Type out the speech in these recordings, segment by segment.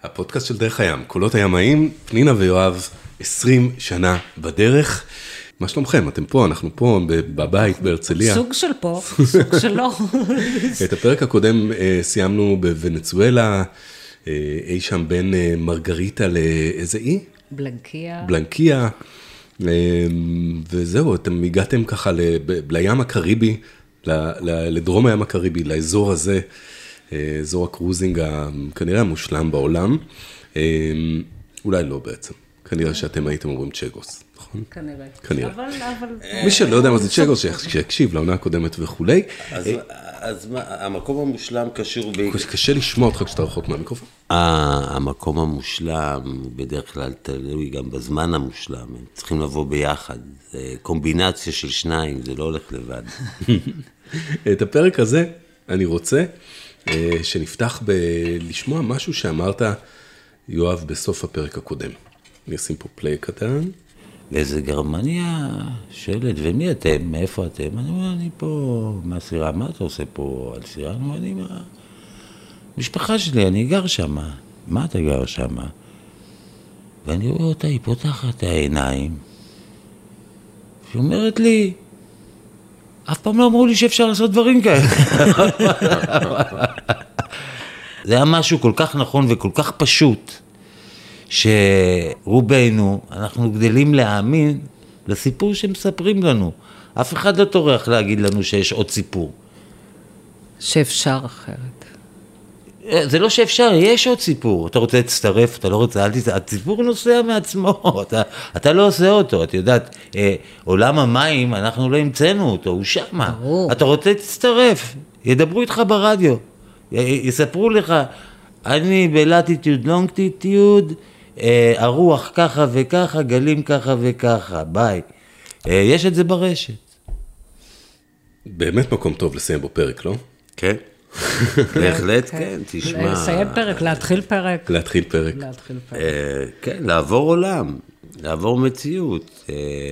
הפודקאסט של דרך הים, קולות הימאים, פנינה ויואב, 20 שנה בדרך. מה שלומכם? אתם פה, אנחנו פה בבית בהרצליה. סוג של פה, סוג של לא. את הפרק הקודם סיימנו בוונצואלה, אי שם בין מרגריטה לאיזה אי? בלנקיה. וזהו, אתם הגעתם ככה לים הקריבי, לדרום הים הקריבי, לאזור הזה, אזור הקרוזינג כנראה המושלם בעולם. אולי לא בעצם, כנראה שאתם הייתם אומרים צ'גוס, נכון? כנראה. מי שלא יודע מה זה צ'גוס, שיקשיב לעונה הקודמת וכולי. אז המקום המושלם קשור קשה לשמוע אותך כשאתה רחוק מהמיקרופון. המקום המושלם בדרך כלל תלוי גם בזמן המושלם, הם צריכים לבוא ביחד, זה קומבינציה של שניים, זה לא הולך לבד. את הפרק הזה אני רוצה שנפתח לשמוע משהו שאמרת, יואב, בסוף הפרק הקודם. אני אשים פה פליי קטן. באיזה גרמניה שואלת, ומי אתם? מאיפה אתם? אני אומר, אני פה מהסירה, מה אתה עושה פה על סירה? אני אומר, משפחה שלי, אני גר שם. מה אתה גר שם? ואני רואה אותה, היא פותחת את העיניים, והיא אומרת לי, אף פעם לא אמרו לי שאפשר לעשות דברים כאלה. זה היה משהו כל כך נכון וכל כך פשוט, שרובנו, אנחנו גדלים להאמין לסיפור שמספרים לנו. אף אחד לא טורח להגיד לנו שיש עוד סיפור. שאפשר אחרת. זה לא שאפשר, יש עוד סיפור. אתה רוצה להצטרף, אתה לא רוצה, הסיפור נוסע מעצמו, אתה לא עושה אותו. את יודעת, עולם המים, אנחנו לא המצאנו אותו, הוא שמה. אתה רוצה להצטרף, ידברו איתך ברדיו, יספרו לך, אני בלטיטיוד, לונגיטיוד, הרוח ככה וככה, גלים ככה וככה, ביי. יש את זה ברשת. באמת מקום טוב לסיים בו פרק, לא? כן. בהחלט, כן, תשמע. לסיים פרק, להתחיל פרק. להתחיל פרק. כן, לעבור עולם, לעבור מציאות.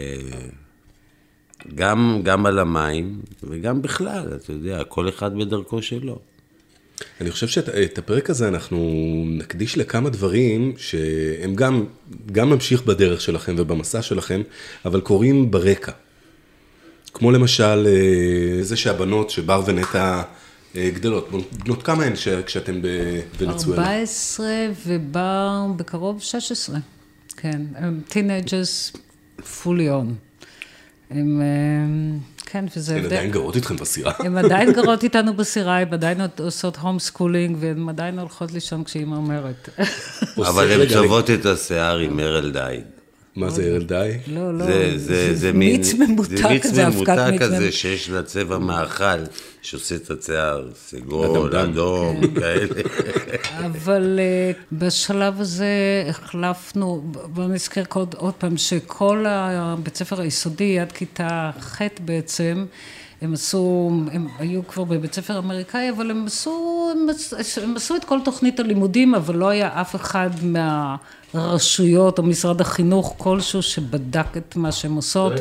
גם על המים וגם בכלל, אתה יודע, כל אחד בדרכו שלו. אני חושב שאת הפרק הזה אנחנו נקדיש לכמה דברים שהם גם ממשיך בדרך שלכם ובמסע שלכם, אבל קורים ברקע. כמו למשל זה שהבנות שבר ונטע גדלות. בנות כמה הן כשאתם בוונצואלה? 14 ובר בקרוב 16. כן, הם teenagers fully on. הם, כן, וזה... הן עדיין גרות איתכם בסירה. הן עדיין גרות איתנו בסירה, הן עדיין עושות הום סקולינג, והן עדיין הולכות לישון כשהיא מרמרת. אבל הן צוות את השיער עם ארל די. מה זה ארל די? לא, לא. זה מיץ ממותק כזה שיש לה צבע מאכל, שעושה את השיער, סגול, אדום, כאלה. אבל בשלב הזה החלפנו, בוא נזכר עוד פעם, שכל הבית ספר היסודי עד כיתה ח' בעצם, הם היו כבר בבית ספר אמריקאי, אבל הם עשו את כל תוכנית הלימודים, אבל לא היה אף אחד מהרשויות או משרד החינוך כלשהו שבדק את מה שהם עושות.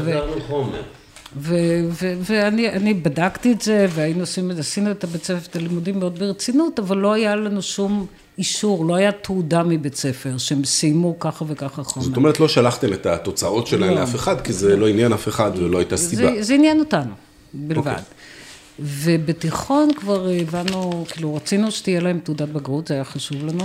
ואני בדקתי את זה, עשינו את הבית ספר, את הלימודים מאוד ברצינות, אבל לא היה לנו שום אישור, לא היה תעודה מבית ספר, שהם סיימו ככה וככה חומר. זאת אומרת, לא שלחתם את התוצאות שלהם לאף אחד, כי זה לא עניין אף אחד ולא הייתה סיבה. זה עניין אותנו, בלבד. ובתיכון כבר הבנו, כאילו רצינו שתהיה להם תעודת בגרות, זה היה חשוב לנו,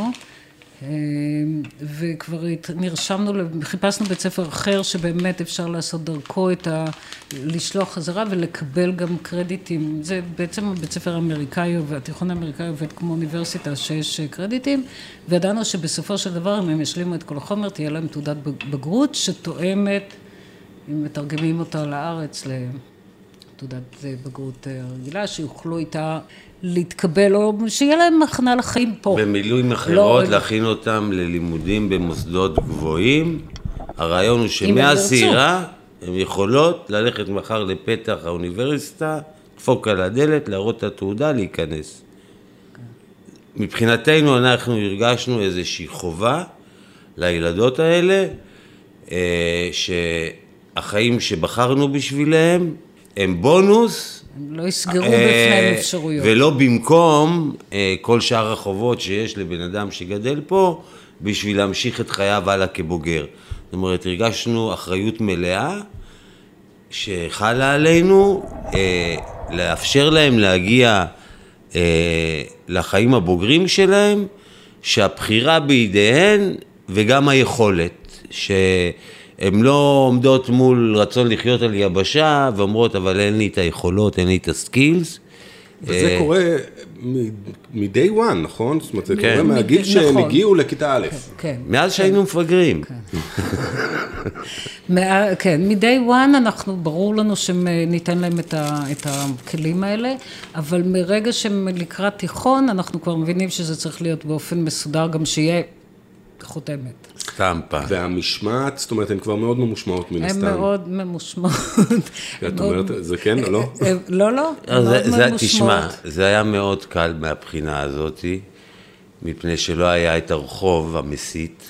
וכבר נרשמנו, חיפשנו בית ספר אחר שבאמת אפשר לעשות דרכו לשלוח חזרה ולקבל גם קרדיטים. זה בעצם הבית ספר האמריקאי והתיכון האמריקאי עובד כמו אוניברסיטה שיש קרדיטים, וידענו שבסופו של דבר אם הם ישלימו את כל החומר תהיה להם תעודת בגרות שתואמת, אם מתרגמים אותה לארץ לתעודת בגרות רגילה, שיוכלו איתה להתקבל, או שיהיה להם הכנה לחיים פה. במילואים אחרות, להכין אותם ללימודים במוסדות גבוהים. הרעיון הוא שמהסירה הן יכולות ללכת מחר לפתח האוניברסיטה, דפוק על הדלת, להראות את התעודה, להיכנס. מבחינתנו אנחנו הרגשנו איזושהי חובה לילדות האלה, שהחיים שבחרנו בשבילהם הם בונוס הם לא יסגרו בפניהם אפשרויות. ולא במקום כל שאר החובות שיש לבן אדם שגדל פה, בשביל להמשיך את חייו הלאה כבוגר. זאת אומרת, הרגשנו אחריות מלאה, שחלה עלינו לאפשר להם להגיע לחיים הבוגרים שלהם, שהבחירה בידיהן וגם היכולת, שהן לא עומדות מול רצון לחיות על יבשה ואומרות אבל אין לי את היכולות, אין לי את הסקילס. וזה קורה מ-day one, נכון? זאת אומרת, זה קורה מהגיל שהם הגיעו לכיתה א'. מאז שהיינו מפגרים. כן, מ-day one אנחנו, ברור לנו שניתן להם את הכלים האלה, אבל מרגע שהם לקראת תיכון, אנחנו כבר מבינים שזה צריך להיות באופן מסודר, גם שיהיה חותמת. סטמפה. והמשמעת, זאת אומרת, הן כבר מאוד ממושמעות מן הסתם. הן מאוד ממושמעות. את אומרת, זה כן או לא? לא, לא, מאוד ממושמעות. תשמע, זה היה מאוד קל מהבחינה הזאת, מפני שלא היה את הרחוב המסית,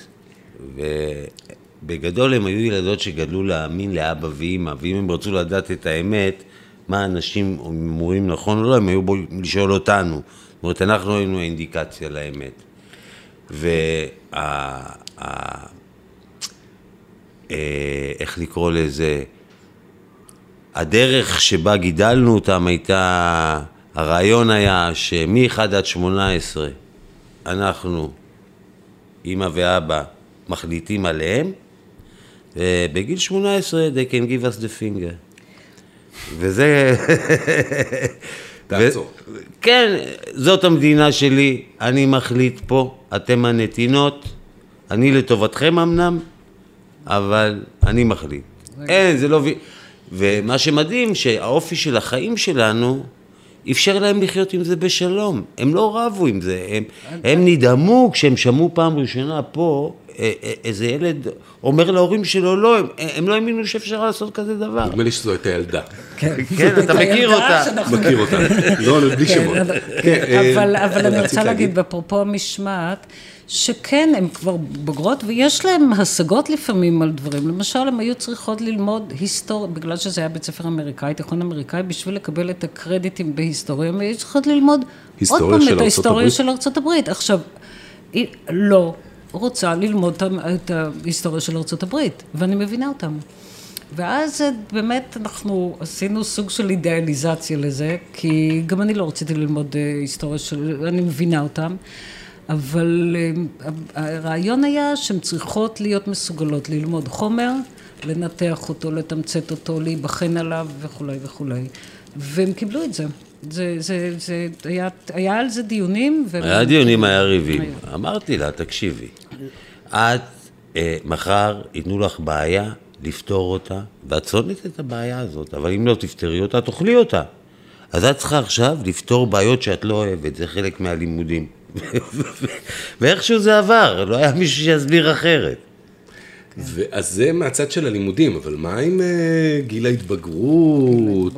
ובגדול הם היו ילדות שגדלו להאמין לאבא ואמא, ואם הם רצו לדעת את האמת, מה אנשים אומרים נכון או לא, הם היו לשאול אותנו. זאת אומרת, אנחנו היינו האינדיקציה לאמת. איך לקרוא לזה, הדרך שבה גידלנו אותם הייתה, הרעיון היה שמ-1 עד 18 אנחנו, אמא ואבא, מחליטים עליהם, ובגיל 18 they can give us the finger. וזה... תעצור. כן, זאת המדינה שלי, אני מחליט פה, אתם הנתינות, אני לטובתכם אמנם, אבל אני מחליט. אין, זה לא... ומה שמדהים, שהאופי של החיים שלנו, אפשר להם לחיות עם זה בשלום. הם לא רבו עם זה, הם נדהמו כשהם שמעו פעם ראשונה פה, איזה ילד אומר להורים שלו, לא, הם לא האמינו שאפשר לעשות כזה דבר. נדמה לי שזו הייתה ילדה. כן, אתה מכיר אותה. מכיר אותה, לא, בלי שמות. אבל אני רוצה להגיד, בפרופו המשמעת, שכן, הן כבר בוגרות, ויש להן השגות לפעמים על דברים. למשל, הן היו צריכות ללמוד היסטוריה, בגלל שזה היה בית ספר אמריקאי, תיכון אמריקאי, בשביל לקבל את הקרדיטים בהיסטוריה, הן היו צריכות ללמוד עוד פעם את ההיסטוריה של ארצות הברית. עכשיו, היא לא רוצה ללמוד את ההיסטוריה של ארצות הברית, ואני מבינה אותם. ואז באמת אנחנו עשינו סוג של אידיאליזציה לזה, כי גם אני לא רציתי ללמוד היסטוריה אני מבינה אותם, אבל הרעיון היה שהן צריכות להיות מסוגלות ללמוד חומר, לנתח אותו, לתמצת אותו, להיבחן עליו וכו' וכו'. והם קיבלו את זה. היה על זה דיונים. היה דיונים, היה ריבים. אמרתי לה, תקשיבי, את מחר ייתנו לך בעיה לפתור אותה, ואת צונת את הבעיה הזאת, אבל אם לא תפתרי אותה, תאכלי אותה. אז את צריכה עכשיו לפתור בעיות שאת לא אוהבת, זה חלק מהלימודים. ואיכשהו זה עבר, לא היה מישהו שיסביר אחרת. אז זה מהצד של הלימודים, אבל מה עם גיל ההתבגרות?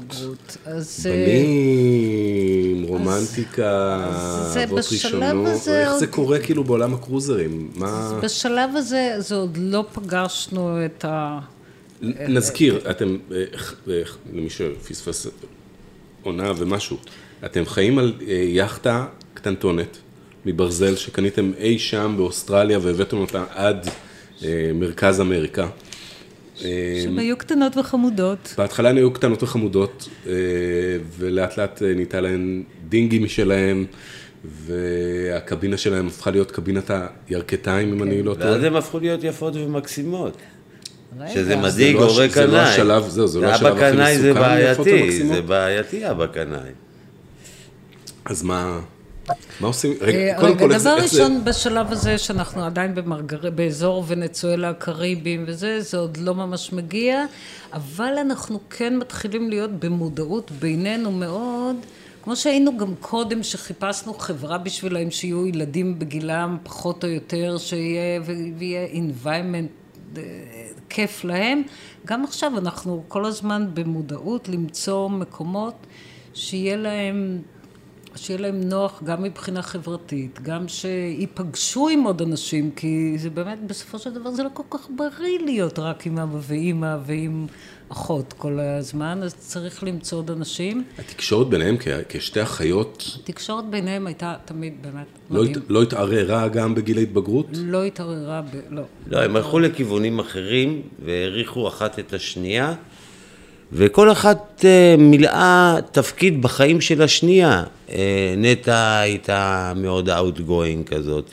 בנים, רומנטיקה, אבות ראשונות, איך זה קורה כאילו בעולם הקרוזרים? בשלב הזה, זה עוד לא פגשנו את נזכיר, אתם, למי שפספס עונה ומשהו, אתם חיים על יחטה קטנטונת מברזל שקניתם אי שם באוסטרליה והבאתם אותה עד מרכז אמריקה. שהן היו קטנות וחמודות. בהתחלה הן היו קטנות וחמודות, ולאט לאט ניתה להן דינגי משלהן, והקבינה שלהן הפכה להיות קבינת הירכתיים, אם אני לא טועה. ואז הן הפכו להיות יפות ומקסימות. שזה מדאיג הורי קנאי. זה לא השלב, זה לא השלב הכי מסוכן. זה בעייתי, זה בעייתי אבא קנאי. אז מה עושים? דבר ראשון, בשלב הזה שאנחנו עדיין באזור ונצואלה, קריבים וזה, זה עוד לא ממש מגיע, אבל אנחנו כן מתחילים להיות במודעות בינינו מאוד, כמו שהיינו גם קודם שחיפשנו חברה בשבילהם שיהיו ילדים בגילם פחות או יותר, ויהיה environment כיף להם. גם עכשיו אנחנו כל הזמן במודעות למצוא מקומות שיהיה להם שיהיה להם נוח גם מבחינה חברתית, גם שיפגשו עם עוד אנשים, כי זה באמת, בסופו של דבר זה לא כל כך בריא להיות רק עם אבא ואמא ועם אחות כל הזמן, אז צריך למצוא עוד אנשים. התקשורת ביניהם כשתי אחיות... התקשורת ביניהם הייתה תמיד באמת מדהים. לא התערערה גם בגיל ההתבגרות? לא התערערה, לא. לא, הם הלכו לכיוונים אחרים והעריכו אחת את השנייה, וכל אחת מילאה תפקיד בחיים של השנייה. נטע הייתה מאוד outgoing כזאת,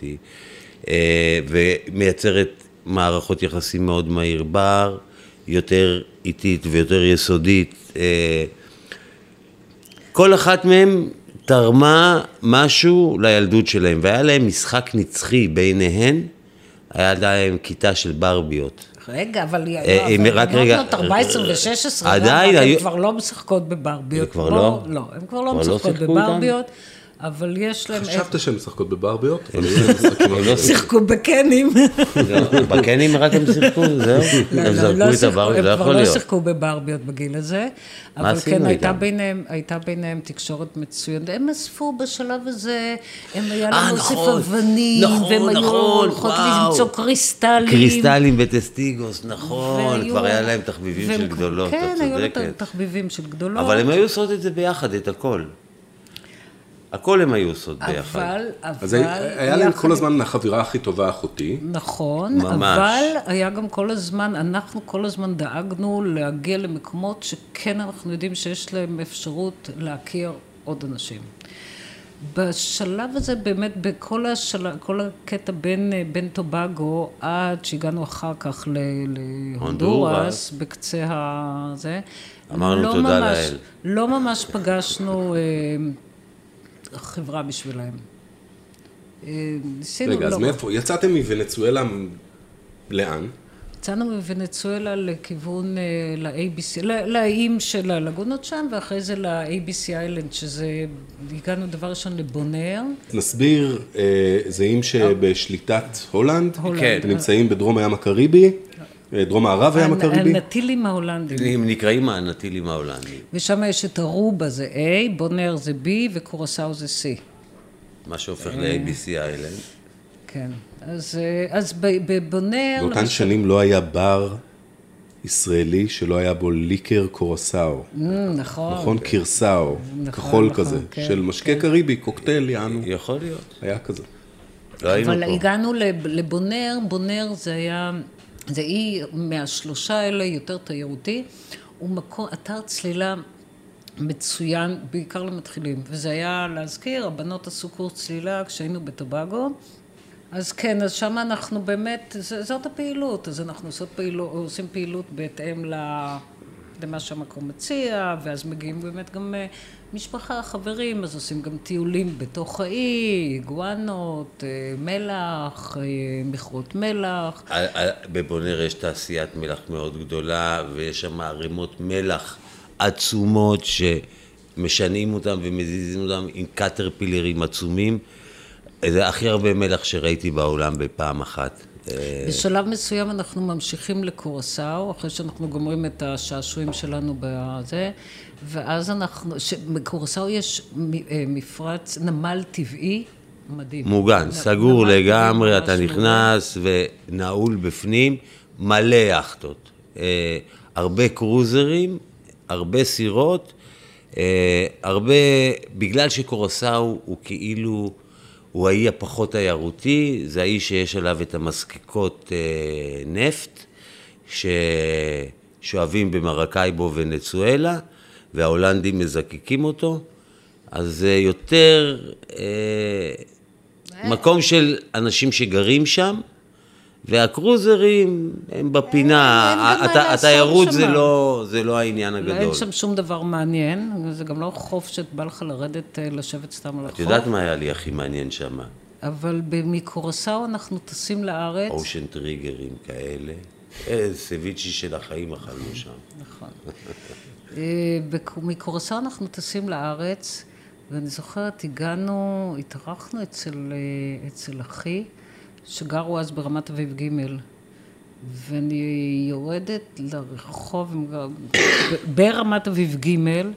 ומייצרת מערכות יחסים מאוד מהיר בר, יותר איטית ויותר יסודית. כל אחת מהם תרמה משהו לילדות שלהם, והיה להם משחק נצחי ביניהן, היה להם כיתה של ברביות. רגע, אבל רק רגע, 14 ו-16, עדיין הן כבר לא משחקות בברביות. כבר לא? לא, הן כבר לא משחקות בברביות, אבל יש להם... חשבת שהן משחקות בברביות? שיחקו בקנים. בקנים רק הם שיחקו, זהו? הם זרקו את הברביות, זה יכול הם כבר לא להיות. שיחקו בברביות בגיל הזה, אבל כן הייתה ביניהם תקשורת מצוינת. הם אספו בשלב הזה, הם היה להם אוסף אבנים, והם היו הולכות למצוא קריסטלים. קריסטלים בטסטיגוס, נכון, כבר היה להם תחביבים של גדולות, את צודקת. כן, היו להם תחביבים של גדולות. אבל הם היו עושות את זה ביחד, את הכל. הכל הם היו עושות ביחד. אז היה להם כל הזמן החבירה הכי טובה אחותי. נכון, אבל היה גם כל הזמן, אנחנו כל הזמן דאגנו להגיע למקומות שכן אנחנו יודעים שיש להם אפשרות להכיר עוד אנשים. בשלב הזה באמת, כל הקטע בין טובגו עד שהגענו אחר כך להונדורס, בקצה הזה, אמרנו תודה לאל. לא ממש פגשנו חברה בשבילהם. רגע, אז מאיפה? יצאתם מוונצואלה לאן? יצאנו מוונצואלה לכיוון ל-ABC, לאיים של הלגונות שם, ואחרי זה ל-ABC איילנד, שזה, הגענו דבר ראשון לבונר. נסביר, זה איים שבשליטת הולנד, כן. נמצאים בדרום הים הקריבי, דרום מערב הים הקריבי. הנטילים ההולנדים. הם נקראים הנטילים ההולנדים. ושם יש את ארובה זה A, בונר זה B וקורסאו זה C. מה שהופך ל-ABC איילנד. כן, אז בבונר... באותן שנים לא היה בר ישראלי שלא היה בו ליקר קורסאו. נכון. נכון, קירסאו, כחול כזה, של משקה קריבי, קוקטייל, יענו. יכול להיות. היה כזה. לא היינו פה. אבל הגענו לבונר, בונר זה היה, זה אי מהשלושה האלה יותר תיירותי, הוא אתר צלילה מצוין, בעיקר למתחילים, וזה היה להזכיר, הבנות עשו קורס צלילה כשהיינו בטובגו, אז כן, אז שם אנחנו באמת, זאת הפעילות, אז אנחנו עושים פעילות בהתאם למה שהמקום מציע, ואז מגיעים באמת גם משפחה, חברים, אז עושים גם טיולים בתוך האי, איגואנות, מלח, מכרות מלח. בבונר יש תעשיית מלח מאוד גדולה, ויש שם ערימות מלח עצומות שמשנים אותם ומזיזים אותם עם קטרפילרים עצומים. זה הכי הרבה מלח שראיתי בעולם בפעם אחת. בשלב מסוים אנחנו ממשיכים לקורסאו, אחרי שאנחנו גומרים את השעשועים שלנו בזה, ואז בקורסאו יש מפרץ, נמל טבעי מדהים. מוגן, סגור לגמרי, אתה נכנס ונעול בפנים, מלא יחטות. הרבה קרוזרים, הרבה סירות, הרבה, בגלל שקורסאו הוא כאילו, הוא האי הפחות תיירותי, זה האי שיש עליו את המזקקות נפט, ששואבים במרקאיבו ונצואלה, וההולנדים מזקקים אותו, אז זה יותר מקום של אנשים שגרים שם, והקרוזרים הם בפינה, התיירות זה לא העניין הגדול. אין שם שום דבר מעניין, זה גם לא חוף שבא לך לרדת, לשבת סתם על החוף. את יודעת מה היה לי הכי מעניין שם? אבל מקורסאו אנחנו טסים לארץ. אושן טריגרים כאלה, סביצ'י של החיים אכלנו שם. נכון. מקורסאו אנחנו טסים לארץ, ואני זוכרת, התארחנו אצל אחי, שגרו אז ברמת אביב ג', ואני יורדת לרחוב ברמת אביב ג',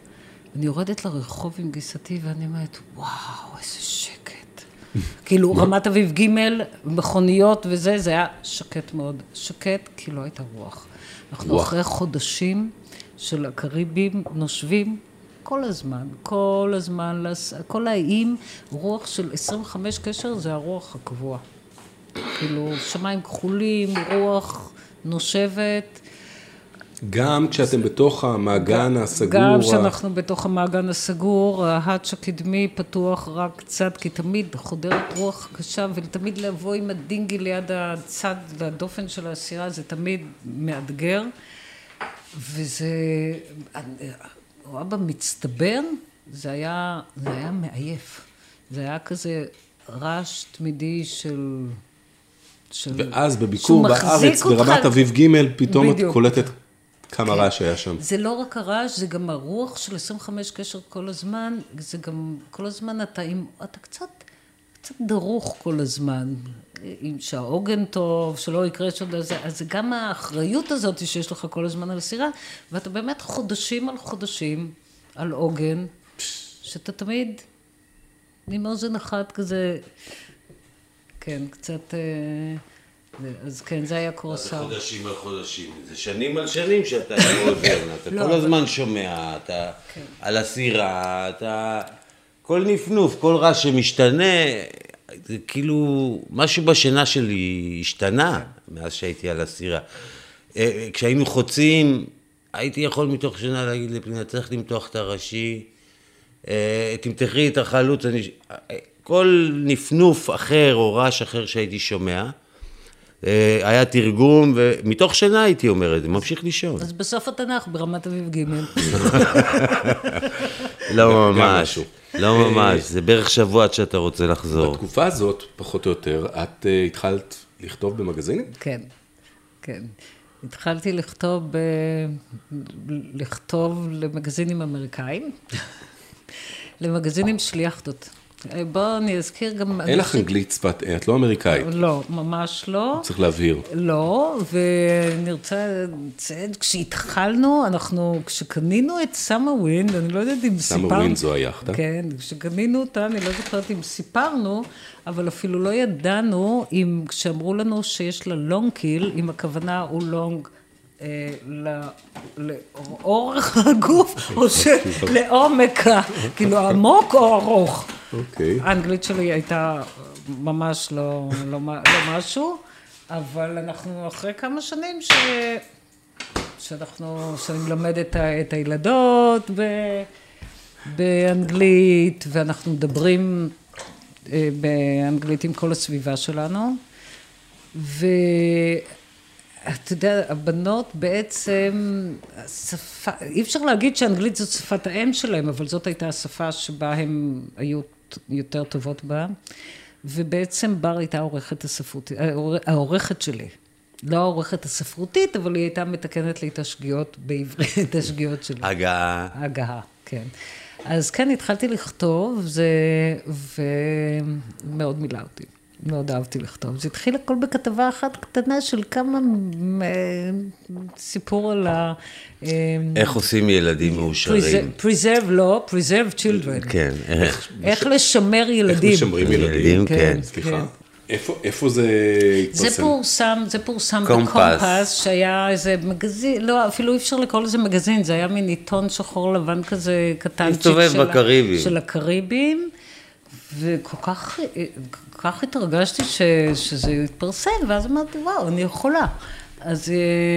אני יורדת לרחוב עם גיסתי ואני אומרת, וואו, איזה שקט. כאילו רמת אביב ג' מכוניות וזה, זה היה שקט מאוד. שקט כי לא הייתה רוח. אנחנו אחרי חודשים של הקריבים נושבים כל הזמן, כל האיים, רוח של 25 קשר זה הרוח הקבוע. כאילו שמיים כחולים, רוח נושבת. גם כשאתם בתוך המעגן הסגור. גם כשאנחנו בתוך המעגן הסגור, ההאץ' הקדמי פתוח רק קצת, כי תמיד חודרת רוח קשה, ותמיד לבוא עם הדינגי ליד הצד, לדופן של הסירה, זה תמיד מאתגר. וזה, רואה במצטבר, זה היה מעייף. זה היה כזה רעש תמידי של ואז בביקור בארץ, ברמת אביב ג', פתאום את קולטת כמה רעש היה שם. זה לא רק הרעש, זה גם הרוח של 25 קשר כל הזמן, זה גם כל הזמן אתה קצת דרוך כל הזמן, שהעוגן טוב, שלא יקרה שום דבר, אז זה גם האחריות הזאת שיש לך כל הזמן על הסירה, ואתה באמת חודשים על חודשים על עוגן, שאתה תמיד עם אוזן אחת כזה, כן, קצת, אז כן, זה היה קורסר. זה חודשים על חודשים, זה שנים על שנים שאתה עוזר, אתה כל הזמן שומע, אתה על הסירה, אתה כל נפנוף, כל רעש שמשתנה, זה כאילו משהו בשינה שלי השתנה מאז שהייתי על הסירה. כשהיינו חוצים, הייתי יכול מתוך שינה להגיד לפנינה, צריך למתוח את הראשי, תמתחי את החלוץ, כל נפנוף אחר או רעש אחר שהייתי שומע, היה תרגום, ומתוך שינה הייתי אומר את זה, ממשיך לישון. אז בסוף התנ"ך ברמת אביב ג' לא ממש, לא ממש, זה בערך שבוע עד שאתה רוצה לחזור. בתקופה הזאת, פחות או יותר, את התחלת לכתוב במגזינים? כן, כן. התחלתי לכתוב למגזינים אמריקאים, למגזינים של יאכטות. בואו אני אזכיר גם... אין לך אנגלית שפת, את לא אמריקאית. לא, ממש לא. צריך להבהיר. לא, ואני רוצה לציין, כשהתחלנו, כשקנינו את סאמר ווינד, אני לא יודעת אם סיפרנו... סאמר ווינד זו היאכטה. כן, כשקנינו אותה, אני לא זוכרת אם סיפרנו, אבל אפילו לא ידענו, כשאמרו לנו שיש לה לונג קיל, אם הכוונה הוא לונג... לאורך הגוף, או שלעומק, כאילו עמוק או ארוך. האנגלית שלי הייתה ממש לא משהו, אבל אנחנו אחרי כמה שנים שאני מלמדת את הילדות באנגלית, ואנחנו מדברים באנגלית עם כל הסביבה שלנו, אתה יודע, הבנות בעצם, אי אפשר להגיד שאנגלית זאת שפת האם שלהם, אבל זאת הייתה השפה שבה הם היו יותר טובות בה, ובעצם בר הייתה העורכת שלי. לא העורכת הספרותית, אבל היא הייתה מתקנת לי את השגיאות בעברית, את השגיאות שלי. הגהה, כן. אז כן, התחלתי לכתוב, ומאוד מילא אותי. מאוד אהבתי לכתוב. זה התחיל הכל בכתבה אחת קטנה של כמה סיפור על ה... איך עושים ילדים מאושרים? preserve children. כן. איך לשמר ילדים. איך משמרים ילדים, כן. סליחה. איפה זה התפרסם? זה פורסם בקומפס, שהיה איזה מגזין, לא, אפילו אי אפשר לקרוא לזה מגזין, זה היה מין עיתון שחור לבן כזה קטנצ'יק של הקריבים, וכל כך התרגשתי שזה יתפרסם, ואז אמרתי, וואו, אני יכולה. אז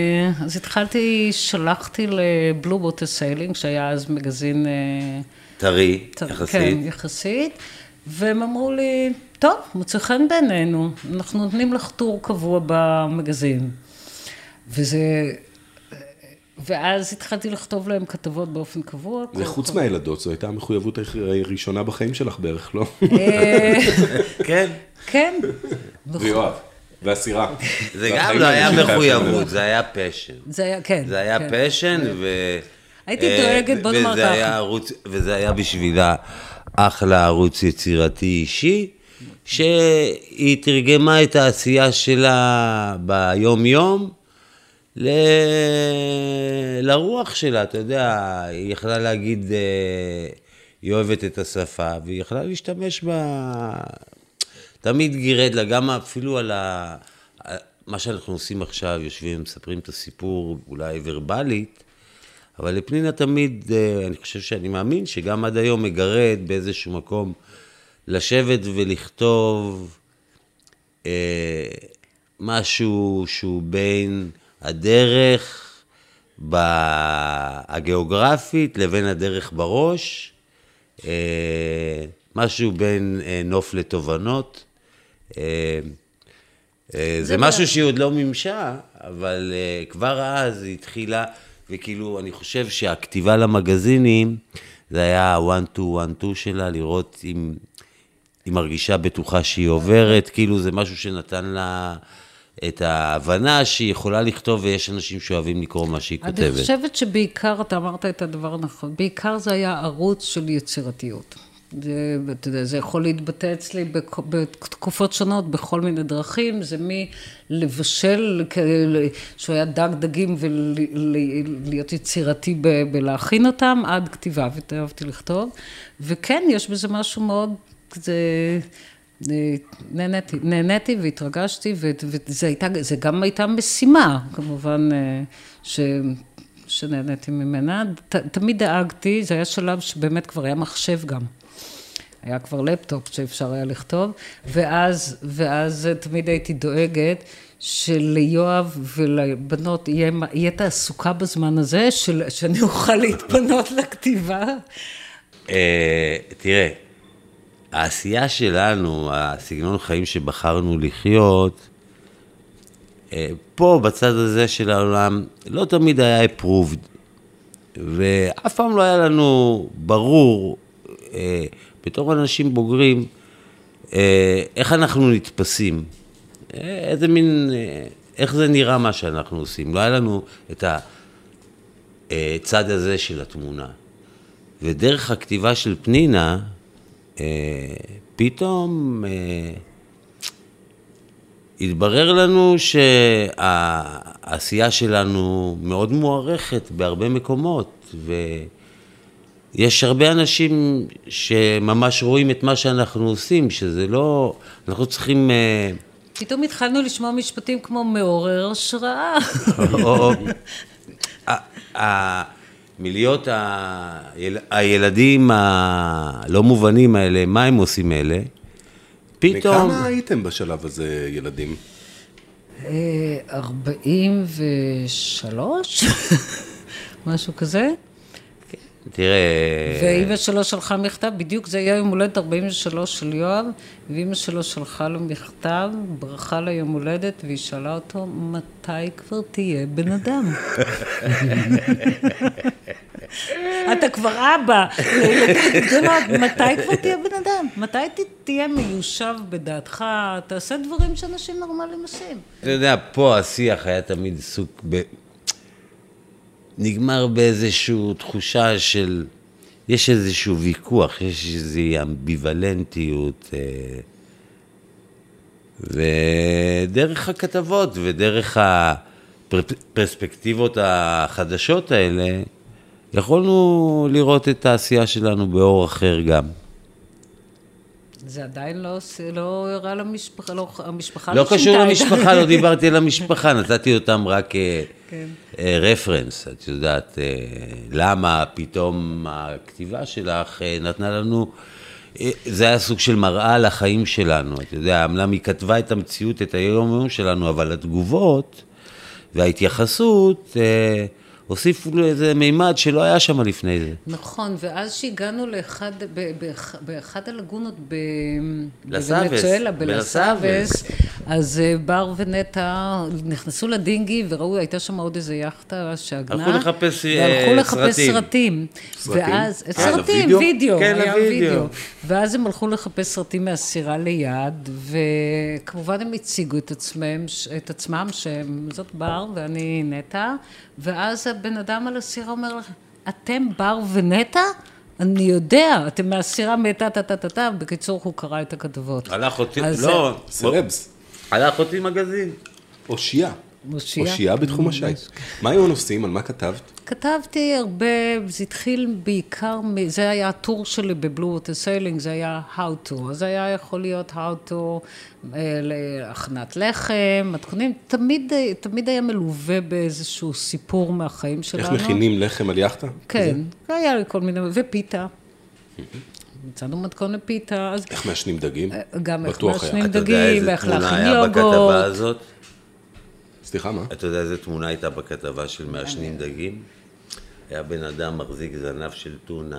שלחתי לבלו ווטר סיילינג, שהיה אז מגזין... טרי, יחסית. כן, יחסית. והם אמרו לי, טוב, מוצא חן בעינינו, אנחנו נותנים לך טור קבוע במגזין. ואז התחלתי לכתוב להם כתבות באופן קבוע. וחוץ מהילדות, זו הייתה המחויבות הראשונה בחיים שלך בערך, לא? כן. כן. ויואב, והסירה. זה גם לא היה מחויבות, זה היה פשן. זה היה, כן. זה היה פשן, הייתי דואגת, בוא נאמר ככה. וזה היה בשבילה אחלה ערוץ יצירתי אישי, שהיא תרגמה את העשייה שלה ביום יום, לרוח שלה, אתה יודע, היא יכלה להגיד, היא אוהבת את השפה, והיא יכלה להשתמש בה, תמיד גירד לה, גם אפילו על מה שאנחנו עושים עכשיו, יושבים, מספרים את הסיפור, אולי ורבלית, אבל לפנינה תמיד, אני חושב שאני מאמין, שגם עד היום מגרד באיזשהו מקום, לשבת ולכתוב משהו שהוא בין הדרך הגיאוגרפית לבין הדרך בראש, משהו בין נוף לתובנות. זה משהו שהיא עוד לא ממשה, אבל כבר אז היא התחילה, וכאילו אני חושב שהכתיבה למגזינים, זה היה one two שלה, לראות אם היא מרגישה בטוחה שהיא עוברת, כאילו זה משהו שנתן לה את ההבנה שהיא יכולה לכתוב, ויש אנשים שאוהבים לקרוא מה שהיא כותבת. אני חושבת שבעיקר, אתה אמרת את הדבר הנכון, בעיקר זה היה ערוץ של יצירתיות. אתה יודע, זה יכול להתבטא אצלי בתקופות שונות, בכל מיני דרכים, זה מלבשל, שהוא היה דג דגים ולהיות יצירתי בלהכין אותם, עד כתיבה, ואהבתי לכתוב, וכן, יש בזה משהו מאוד, נהניתי והתרגשתי, וזה גם הייתה משימה, כמובן, שנהניתי ממנה. תמיד דאגתי, זה היה שלב שבאמת כבר היה מחשב גם. היה כבר לפטופ שאפשר היה לכתוב, ואז תמיד הייתי דואגת שליואב ולבנות יהיה תעסוקה בזמן הזה, שאני אוכל להתפנות לכתיבה. תראה, העשייה שלנו, הסגנון חיים שבחרנו לחיות, פה בצד הזה של העולם, לא תמיד היה approved, ואף פעם לא היה לנו ברור, בתור אנשים בוגרים, איך אנחנו נתפסים, איזה מין, איך זה נראה מה שאנחנו עושים. לא היה לנו את הצד הזה של התמונה. ודרך הכתיבה של פנינה, פתאום התברר לנו שהעשייה שלנו מאוד מוערכת בהרבה מקומות, ויש הרבה אנשים שממש רואים את מה שאנחנו עושים, שזה לא, אנחנו צריכים... פתאום התחלנו לשמוע משפטים כמו מעורר השראה. מלהיות הילדים הלא מובנים האלה, מה הם עושים אלה? פתאום... מכמה הייתם בשלב הזה, ילדים? 43, משהו כזה. תראה... ואמא שלו שלחה מכתב, בדיוק זה היה יום הולדת 43 של יואב, ואמא שלו שלחה לו מכתב, ברכה ליום הולדת, והיא שאלה אותו, מתי כבר תהיה בן אדם? אתה כבר אבא, מתי כבר תהיה בן אדם? מתי תהיה מיושב בדעתך? תעשה דברים שאנשים נורמליים עושים. אתה יודע, פה השיח היה תמיד סוג נגמר באיזושהי תחושה של, יש איזשהו ויכוח, יש איזו אמביוולנטיות, ודרך הכתבות ודרך הפרספקטיבות החדשות האלה, יכולנו לראות את העשייה שלנו באור אחר גם. זה עדיין לא הראה למשפחה, המשפחה לא קשור למשפחה, לא דיברתי על המשפחה, נתתי אותם רק רפרנס, את יודעת, למה פתאום הכתיבה שלך נתנה לנו, זה היה סוג של מראה לחיים שלנו, את יודע, אמנם היא כתבה את המציאות, את היום שלנו, אבל התגובות וההתייחסות, הוסיפו לו איזה מימד שלא היה שם לפני זה. נכון, ואז שהגענו באחד הלגונות בוונצואלה, בלסאבס, אז בר ונטע נכנסו לדינגי וראו, הייתה שם עוד איזה יחטה שעגנה. הלכו לחפש סרטים. ואז, סרטים, וידאו, היה וידאו. ואז הם הלכו לחפש סרטים מהסירה ליד, וכמובן הם הציגו את עצמם, שזאת בר ואני נטע, ואז הבן אדם על הסירה אומר לכם, אתם בר ונטע? אני יודע, אתם מהסירה מטה, בקיצור הוא קרא את הכתבות. הלך אותי, לא, סרבס. הלך אותי מגזין. אושייה. אושייה בתחום השייט. מה היו הנושאים? על מה כתבת? כתבתי הרבה, זה התחיל בעיקר, זה היה הטור שלי בבלו ווטר סיילינג, זה היה how to, אז זה היה יכול להיות how to להכנת לחם, מתכונים, תמיד היה מלווה באיזשהו סיפור מהחיים שלנו. איך מכינים לחם על יחטה? כן, היה לי כל מיני, ופיתה. מצאנו מתכון לפיתה. איך מעשנים דגים? גם איך מעשנים אתה יודע דגים, איזה איך תמונה להכין היה בכתבה יוגורט. הזאת? סליחה, מה? אתה יודע איזה תמונה הייתה בכתבה של מעשנים דגים? היה בן אדם מחזיק זנב של טונה.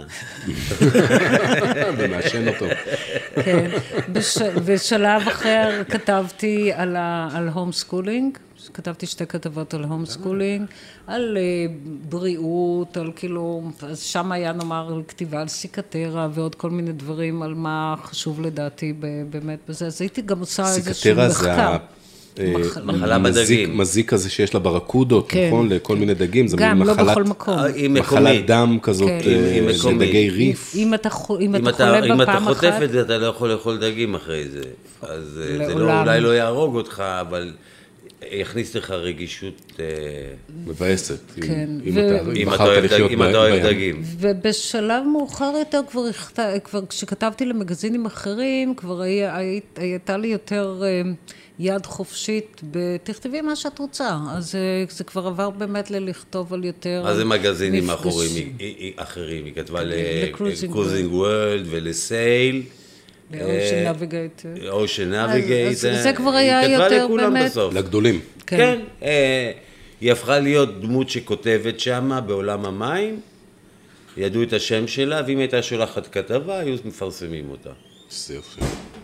ומעשן אותו. כן, בשלב אחר כתבתי על הום סקולינג, כתבתי 2 כתבות על הום סקולינג, על בריאות, על כאילו, אז שם היה נאמר כתיבה על סיקטרה ועוד כל מיני דברים, על מה חשוב לדעתי באמת בזה, אז הייתי גם עושה איזשהו מחקר. מחלה בדגים. מזיק כזה שיש לה ברקודות, נכון? לכל מיני דגים, זה גם, לא בכל מקום. מחלת דם כזאת, של דגי ריף. אם אתה חולה בפעם אם אתה אחת... חוטף את זה, אתה לא יכול לאכול דגים אחרי זה. אז זה אולי לא יהרוג אותך, אבל יכניס לך רגישות... מבאסת. כן. אם אתה אוהב דגים. ובשלב מאוחר יותר, כבר כשכתבתי למגזינים אחרים, כבר הייתה לי יותר... יד חופשית, תכתבי מה שאת רוצה, אז זה כבר עבר באמת ללכתוב על יותר... אז זה מגזינים אחרים, היא כתבה לקרוזינג וורלד ולסייל. לאושן נביגייטר. אושן נביגייטר. זה כבר היה יותר באמת... היא כתבה לכולם בסוף. לגדולים. כן. היא הפכה להיות דמות שכותבת שמה בעולם המים, ידעו את השם שלה, ואם הייתה שולחת כתבה, היו מפרסמים אותה. זה יופי.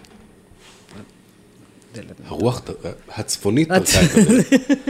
הרוח הצפונית תרצה את הדלת.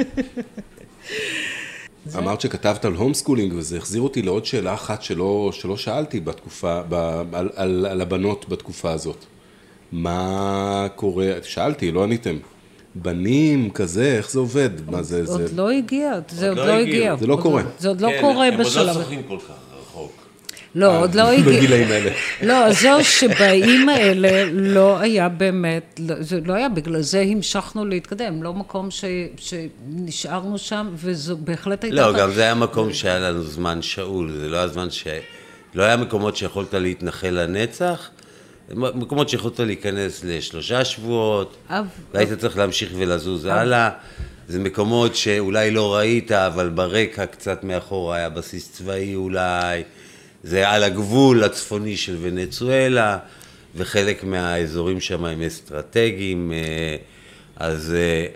אמרת שכתבת על הום סקולינג, וזה החזיר אותי לעוד שאלה אחת שלא שאלתי בתקופה, על הבנות בתקופה הזאת. מה קורה? שאלתי, לא עניתם. בנים, כזה, איך זה עובד? מה זה? עוד לא הגיע, זה עוד לא הגיע. זה לא קורה. זה עוד לא קורה בשלב. הם עוד לא שוחים כל כך רחוק. לא, עוד לא הגיע. בגילאים האלה. לא, זהו שבאים האלה לא היה באמת, זה לא היה, בגלל זה המשכנו להתקדם, לא מקום שנשארנו שם, וזו בהחלט הייתה... לא, גם זה היה מקום שהיה לנו זמן שאול, זה לא היה זמן לא היה מקומות שיכולת להתנחל לנצח, מקומות שיכולת להיכנס ל3 שבועות, והיית צריך להמשיך ולזוז הלאה, זה מקומות שאולי לא ראית, אבל ברקע קצת מאחור היה בסיס צבאי אולי, זה על הגבול הצפוני של ונצואלה, וחלק מהאזורים שם הם אסטרטגיים, אז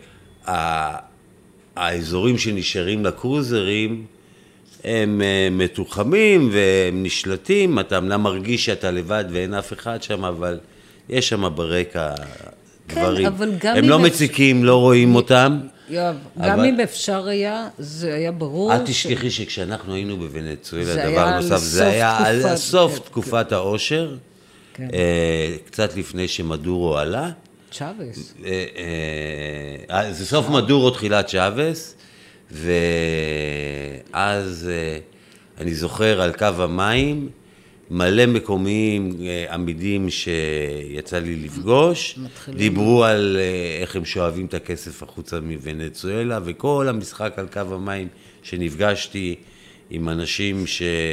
האזורים שנשארים לקרוזרים, הם מתוחמים והם נשלטים, אתה אמנם מרגיש שאתה לבד ואין אף אחד שם, אבל יש שם ברקע דברים. הם לא מציקים, לא רואים אותם. גם אם אפשר היה, זה היה ברור. אל תשכחי שכשאנחנו היינו בוונצואלה, דבר נוסף, זה היה על סוף תקופת העושר, קצת לפני שמדורו עלה. צ'אבס. זה סוף מדורו, תחילת צ'אבס, ואז אני זוכר על קו המים, מלא מקומיים עמידים שיצא לי לפגוש, דיברו על איך הם שואבים את הכסף החוצה מוונצואלה, וכל המשחק על קו המים שנפגשתי עם אנשים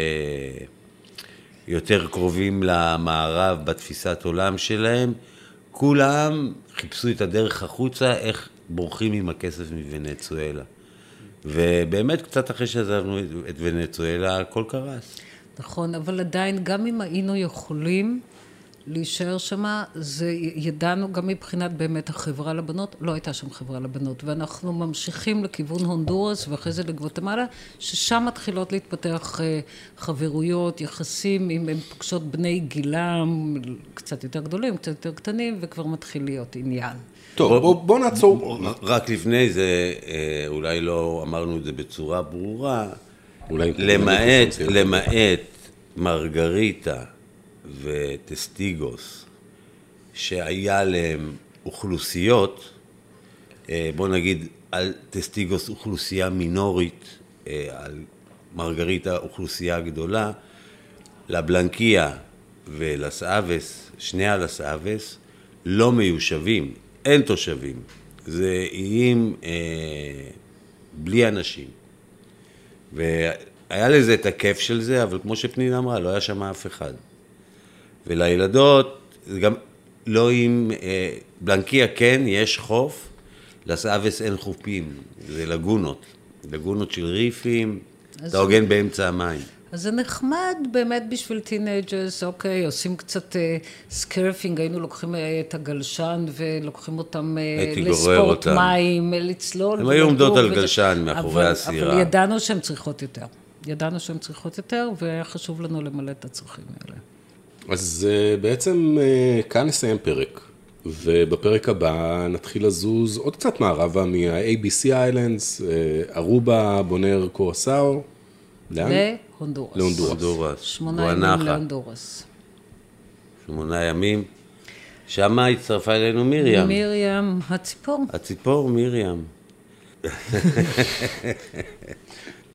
שיותר קרובים למערב בתפיסת עולם שלהם, כולם חיפשו את הדרך החוצה, איך בורחים עם הכסף מוונצואלה. ובאמת קצת אחרי שעזבנו את ונצואלה, הכל קרס. נכון, אבל עדיין גם אם היינו יכולים להישאר שמה, זה ידענו גם מבחינת באמת החברה לבנות, לא הייתה שם חברה לבנות, ואנחנו ממשיכים לכיוון הונדורס ואחרי זה לגואטמלה, ששם מתחילות להתפתח חברויות, יחסים, אם הם פוגשות בני גילם, קצת יותר גדולים, קצת יותר קטנים, וכבר מתחיל להיות עניין. טוב, בוא נעצור. רק לפני זה, אולי לא אמרנו את זה בצורה ברורה, למעט מרגריטה וטסטיגוס, שהיה להם אוכלוסיות, בוא נגיד על טסטיגוס אוכלוסייה מינורית, על מרגריטה אוכלוסייה גדולה, לבלנקיה ולסאבס, שני הלסאבס, לא מיושבים, אין תושבים. זה איים בלי אנשים. והיה לזה את הכיף של זה, אבל כמו שפנינה אמרה, לא היה שם אף אחד. ולילדות, זה גם לא עם... בלנקיה כן, יש חוף, לסאבס אין חופים, זה לגונות של ריפים, אתה הוגן באמצע המים. אז זה נחמד באמת בשביל טינג'רס, אוקיי, עושים קצת סקרפינג, היינו לוקחים את הגלשן ולוקחים אותם לספורט מים, לצלול. הם היו עומדות על גלשן מאחורי הסירה. אבל ידענו שהן צריכות יותר. והיה חשוב לנו למלא את הצרכים האלה. אז בעצם כאן נסיים פרק, ובפרק הבא נתחיל לזוז עוד קצת מערבה מה-ABC Islands, ארובה, בונר, קורסאו. להונדורס. 8 ימים להונדורס. 8 ימים. שמה הצטרפה אלינו מרים. מרים, הציפור. הציפור מרים.